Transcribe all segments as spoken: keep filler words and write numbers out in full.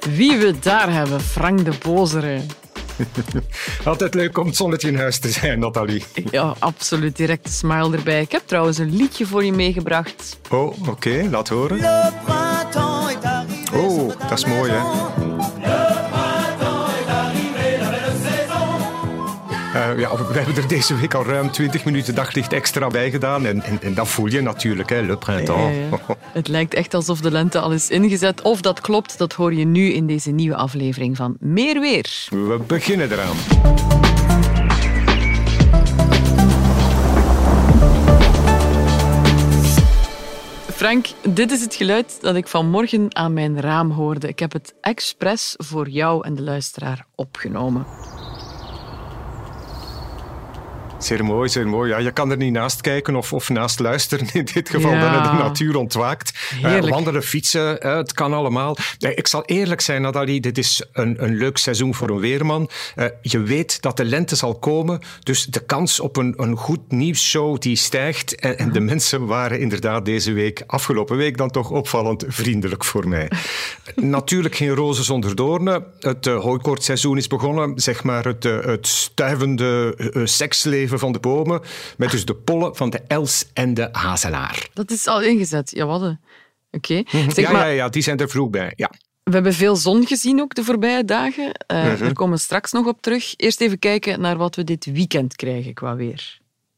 Wie we daar hebben, Frank de Bozere. Altijd leuk om het zonnetje in huis te zijn, Nathalie. Ja, absoluut. Direct een smile erbij. Ik heb trouwens een liedje voor je meegebracht. Oh, oké. Okay, laat horen. Oh, dat is mooi, hè? Uh, ja, we hebben er deze week al ruim twintig minuten daglicht extra bij gedaan. En, en, en dat voel je natuurlijk, hè, le printemps. Ja, ja. Het lijkt echt alsof de lente al is ingezet. Of dat klopt, dat hoor je nu in deze nieuwe aflevering van Meer Weer. We beginnen eraan. Frank, dit is het geluid dat ik vanmorgen aan mijn raam hoorde. Ik heb het expres voor jou en de luisteraar opgenomen. Zeer mooi, zeer mooi. Ja, je kan er niet naast kijken of, of naast luisteren. In dit geval, ja. Dan de natuur ontwaakt. Uh, wandelen, fietsen, uh, het kan allemaal. Uh, ik zal eerlijk zijn, Nathalie, dit is een, een leuk seizoen voor een weerman. Uh, je weet dat de lente zal komen, dus de kans op een, een goed nieuwsshow die stijgt. En, en de mensen waren inderdaad deze week, afgelopen week, dan toch opvallend vriendelijk voor mij. Natuurlijk geen rozen zonder doornen. Het uh, hooikoortsseizoen is begonnen. Zeg maar het, uh, het stuivende uh, seksleven van de bomen, met dus de pollen van de els en de hazelaar. Dat is al ingezet, ja wat? Oké. Okay. Ja, ja, ja, die zijn er vroeg bij, ja. We hebben veel zon gezien ook de voorbije dagen. Uh, mm-hmm. Daar komen we straks nog op terug. Eerst even kijken naar wat we dit weekend krijgen qua weer.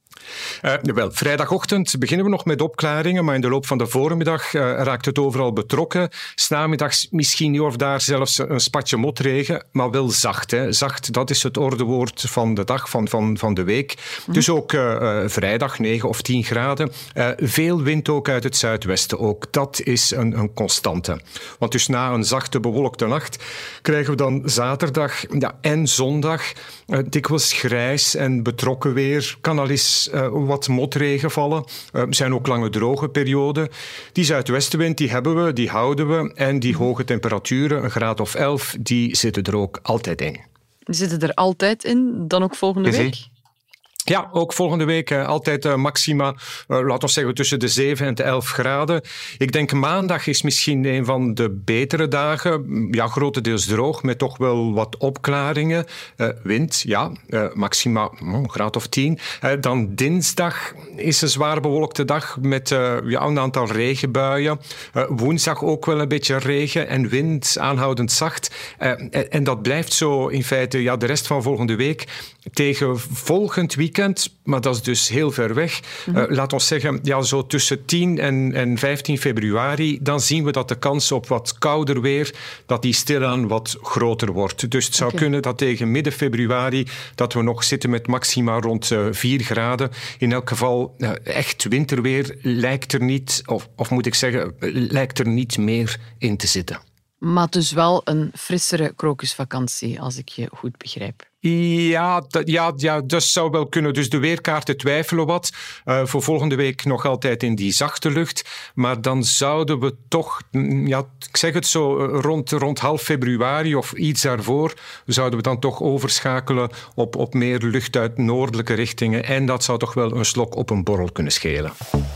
Uh, wel, vrijdagochtend beginnen we nog met opklaringen, maar in de loop van de voormiddag uh, raakt het overal betrokken. 's Namiddags misschien hier of daar zelfs een spatje motregen, maar wel zacht. Hè. Zacht, dat is het ordewoord van de dag, van, van, van de week. Mm. Dus ook uh, uh, vrijdag negen of tien graden. Uh, veel wind ook uit het zuidwesten. Ook dat is een, een constante. Want dus na een zachte bewolkte nacht krijgen we dan zaterdag ja, en zondag uh, dikwijls grijs en betrokken weer. Kan al eens Uh, wat motregen vallen. Er uh, zijn ook lange droge perioden. Die zuidwestenwind, die hebben we, die houden we. En die hoge temperaturen, een graad of elf, die zitten er ook altijd in. Die zitten er altijd in, dan ook volgende Mm-hmm. week? Ja, ook volgende week uh, altijd uh, maxima, uh, laten we zeggen, tussen de zeven en de elf graden. Ik denk maandag is misschien een van de betere dagen. Ja, grotendeels droog, met toch wel wat opklaringen. Uh, wind, ja, uh, maxima een graad of tien. Uh, dan dinsdag is een zwaar bewolkte dag met uh, ja, een aantal regenbuien. Uh, woensdag ook wel een beetje regen en wind, aanhoudend zacht. Uh, en, en dat blijft zo in feite ja, de rest van volgende week. Tegen volgend weekend, maar dat is dus heel ver weg. Mm-hmm. Uh, laat ons zeggen, ja, zo tussen tien en, en vijftien februari, dan zien we dat de kans op wat kouder weer, dat die stilaan wat groter wordt. Dus het zou okay. kunnen dat tegen midden februari dat we nog zitten met maxima rond uh, vier graden. In elk geval, uh, echt winterweer lijkt er niet, of, of moet ik zeggen, lijkt er niet meer in te zitten. Maar dus wel een frissere krokusvakantie, als ik je goed begrijp. Ja, dat, ja, ja, dat zou wel kunnen. Dus de weerkaarten twijfelen wat. Uh, voor volgende week nog altijd in die zachte lucht. Maar dan zouden we toch, ja, ik zeg het zo, rond, rond half februari of iets daarvoor, zouden we dan toch overschakelen op, op meer lucht uit noordelijke richtingen. En dat zou toch wel een slok op een borrel kunnen schelen.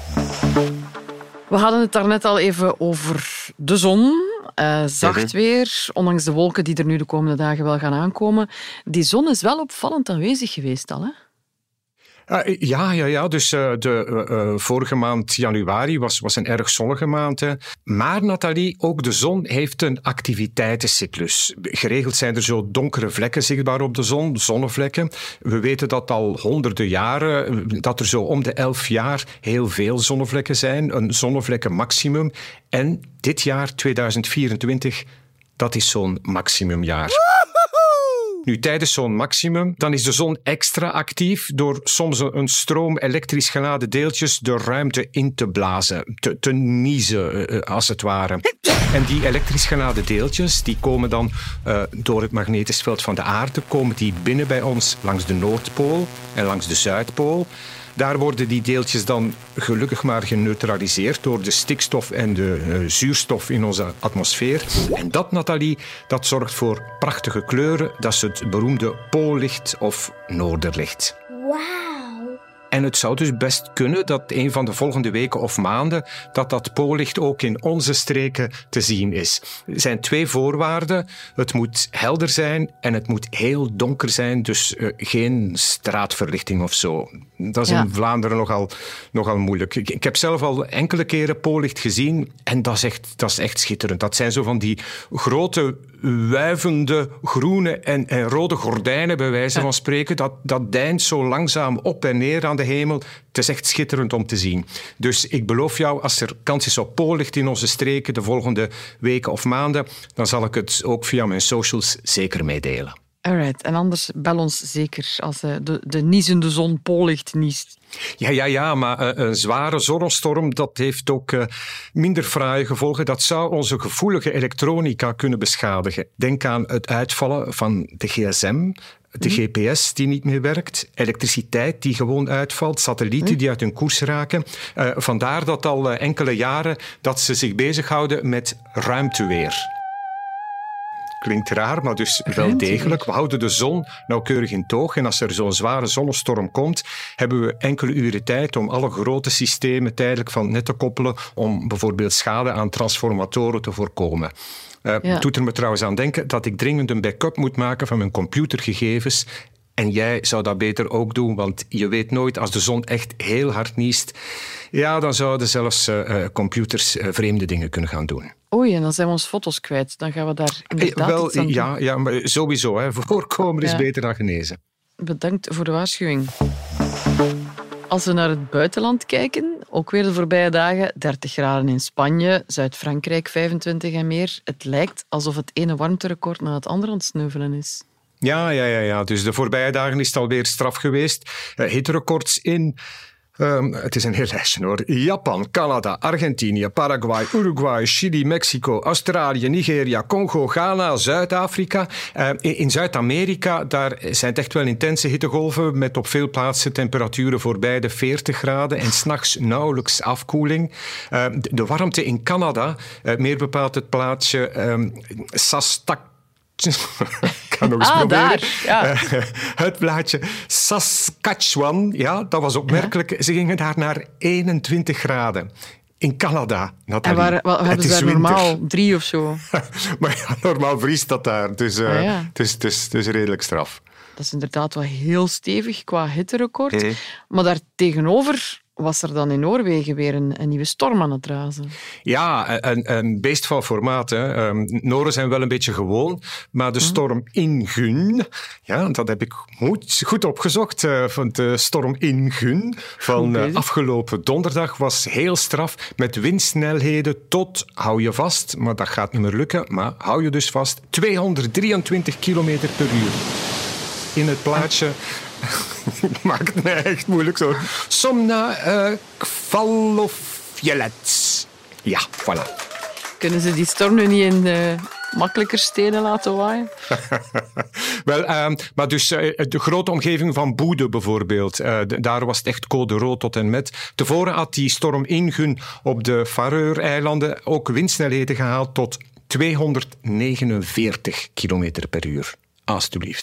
We hadden het daarnet al even over de zon. Uh, zacht weer, ondanks de wolken die er nu de komende dagen wel gaan aankomen. Die zon is wel opvallend aanwezig geweest al, hè? Uh, ja, ja, ja. Dus uh, de uh, uh, vorige maand januari was, was een erg zonnige maand. Hè. Maar, Nathalie, ook de zon heeft een activiteitencyclus. Geregeld zijn er zo donkere vlekken zichtbaar op de zon, zonnevlekken. We weten dat al honderden jaren, dat er zo om de elf jaar heel veel zonnevlekken zijn. Een zonnevlekkenmaximum. En dit jaar, tweeduizend vierentwintig, dat is zo'n maximumjaar. Nu, tijdens zo'n maximum, dan is de zon extra actief door soms een stroom elektrisch geladen deeltjes de ruimte in te blazen, te, te niezen, als het ware. En die elektrisch geladen deeltjes, die komen dan uh, door het magnetisch veld van de aarde, komen die binnen bij ons langs de Noordpool en langs de Zuidpool. Daar worden die deeltjes dan gelukkig maar geneutraliseerd door de stikstof en de uh, zuurstof in onze atmosfeer. En dat, Nathalie, dat zorgt voor prachtige kleuren. Dat is het beroemde poollicht of noorderlicht. Wauw. En het zou dus best kunnen dat een van de volgende weken of maanden dat dat poollicht ook in onze streken te zien is. Er zijn twee voorwaarden. Het moet helder zijn en het moet heel donker zijn, dus uh, geen straatverlichting of zo. Dat is ja. in Vlaanderen nogal, nogal moeilijk. Ik, ik heb zelf al enkele keren poollicht gezien en dat is, echt, dat is echt schitterend. Dat zijn zo van die grote, wuivende, groene en, en rode gordijnen, bij wijze van spreken. Dat, dat deint zo langzaam op en neer aan de hemel. Het is echt schitterend om te zien. Dus ik beloof jou, als er kans is op poollicht in onze streken de volgende weken of maanden, dan zal ik het ook via mijn socials zeker meedelen. Alright, en anders bel ons zeker als de, de niezende zon poollicht niest. Ja, ja, ja, maar uh, een zware zonnestorm, dat heeft ook uh, minder fraaie gevolgen. Dat zou onze gevoelige elektronica kunnen beschadigen. Denk aan het uitvallen van de gsm, de G P S die niet meer werkt, elektriciteit die gewoon uitvalt, satellieten die uit hun koers raken. Uh, vandaar dat al uh, enkele jaren dat ze zich bezighouden met ruimteweer. Klinkt raar, maar dus wel degelijk. We houden de zon nauwkeurig in toog. En als er zo'n zware zonnestorm komt, hebben we enkele uren tijd om alle grote systemen tijdelijk van net te koppelen om bijvoorbeeld schade aan transformatoren te voorkomen. Uh, ja. Doet er me trouwens aan denken dat ik dringend een backup moet maken van mijn computergegevens. En jij zou dat beter ook doen, want je weet nooit, als de zon echt heel hard niest, ja, dan zouden zelfs uh, computers uh, vreemde dingen kunnen gaan doen. Oei, en dan zijn we ons foto's kwijt. Dan gaan we daar inderdaad eh, wel, iets aan ja, doen. ja, maar sowieso. Hè. Voorkomen is ja. beter dan genezen. Bedankt voor de waarschuwing. Als we naar het buitenland kijken, ook weer de voorbije dagen, dertig graden in Spanje, Zuid-Frankrijk vijfentwintig en meer. Het lijkt alsof het ene warmterecord na het andere aan het sneuvelen is. Ja, ja, ja, ja. Dus de voorbije dagen is het alweer straf geweest. Uh, hitterecords in... Um, het is een heel lijstje hoor. Japan, Canada, Argentinië, Paraguay, Uruguay, Chili, Mexico, Australië, Nigeria, Congo, Ghana, Zuid-Afrika. Uh, in in Zuid-Amerika daar zijn het echt wel intense hittegolven met op veel plaatsen temperaturen voorbij de veertig graden en 's nachts nauwelijks afkoeling. Uh, de, de warmte in Canada, uh, meer bepaald het plaatsje um, Sastak. Ik ga nog eens ah, proberen. Daar, ja. Uh, het plaatje Saskatchewan, ja, dat was opmerkelijk. Ja. Ze gingen daar naar eenentwintig graden. In Canada, Nathalie. En waar, waar hebben ze daar winter. Normaal drie of zo? Maar ja, normaal vriest dat daar. Dus uh, ah, ja. het, is, het, is, het is redelijk straf. Dat is inderdaad wel heel stevig qua hitterecord. Hey. Maar daartegenover was er dan in Noorwegen weer een, een nieuwe storm aan het razen. Ja, een, een beest van formaat. Hè. Um, Noren zijn wel een beetje gewoon, maar de storm Ingunn, ja, dat heb ik goed, goed opgezocht. Uh, van de storm Ingunn van uh, afgelopen donderdag was heel straf, met windsnelheden tot, hou je vast, maar dat gaat niet meer lukken, maar hou je dus vast, tweehonderddrieëntwintig kilometer per uur. In het plaatsje... maakt het mij echt moeilijk zo. Somna uh, Kvalofjelets. Ja, voilà. Kunnen ze die storm nu niet in uh, makkelijker stenen laten waaien? Wel, uh, maar dus uh, de grote omgeving van Boede bijvoorbeeld, uh, d- daar was het echt code rood tot en met. Tevoren had die storm Ingunn op de Faroe-eilanden ook windsnelheden gehaald tot tweehonderdnegenenveertig kilometer per uur. Alsjeblieft.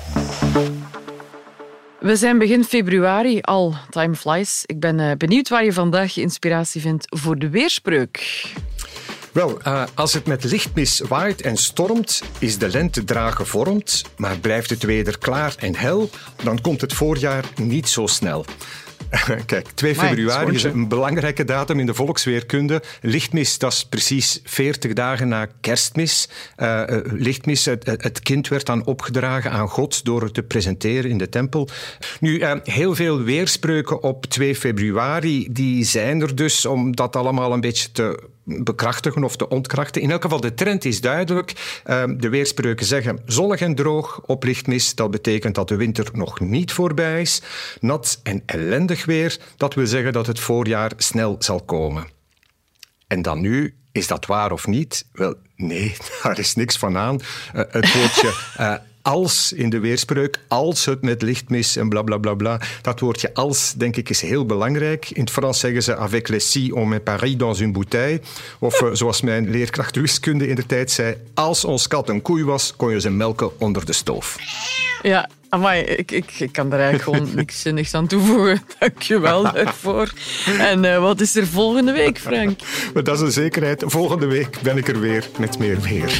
We zijn begin februari al. Time flies. Ik ben uh, benieuwd waar je vandaag inspiratie vindt voor de weerspreuk. Wel, uh, als het met lichtmis waait en stormt, is de lente traag gevormd, maar blijft het weder klaar en hel, dan komt het voorjaar niet zo snel. Kijk, twee februari is een belangrijke datum in de volksweerkunde. Lichtmis, dat is precies veertig dagen na kerstmis. Uh, lichtmis, het, het kind werd dan opgedragen aan God door het te presenteren in de tempel. Nu, uh, heel veel weerspreuken op twee februari, die zijn er dus om dat allemaal een beetje te bekrachtigen of te ontkrachten. In elk geval, de trend is duidelijk. Uh, de weerspreuken zeggen zonnig en droog op lichtmis. Dat betekent dat de winter nog niet voorbij is. Nat en ellendig weer. Dat wil zeggen dat het voorjaar snel zal komen. En dan nu, is dat waar of niet? Wel, nee, daar is niks van aan. Uh, het woordje uh, als in de weerspreuk, als het met lichtmis en bla bla bla bla. Dat woordje als, denk ik, is heel belangrijk. In het Frans zeggen ze avec les scies on met Paris dans une bouteille. Of uh, zoals mijn leerkracht wiskunde in de tijd zei, als ons kat een koei was, kon je ze melken onder de stoof. Ja, amai, ik, ik, ik kan er eigenlijk gewoon niks, niks aan toevoegen. Dank je wel daarvoor. En uh, wat is er volgende week, Frank? Maar dat is een zekerheid. Volgende week ben ik er weer met meer weer.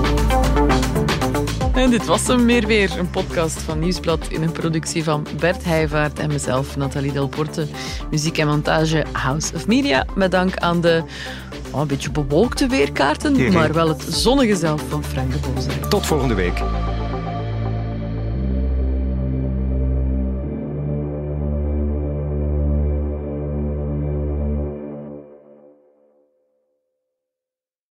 En dit was hem, Meer Weer, een podcast van Nieuwsblad in een productie van Bert Heijvaart en mezelf, Nathalie Delporte. Muziek en montage House of Media, met dank aan de oh, een beetje bewolkte weerkaarten, maar wel het zonnige zelf van Frank de Bozerijk. Tot volgende week.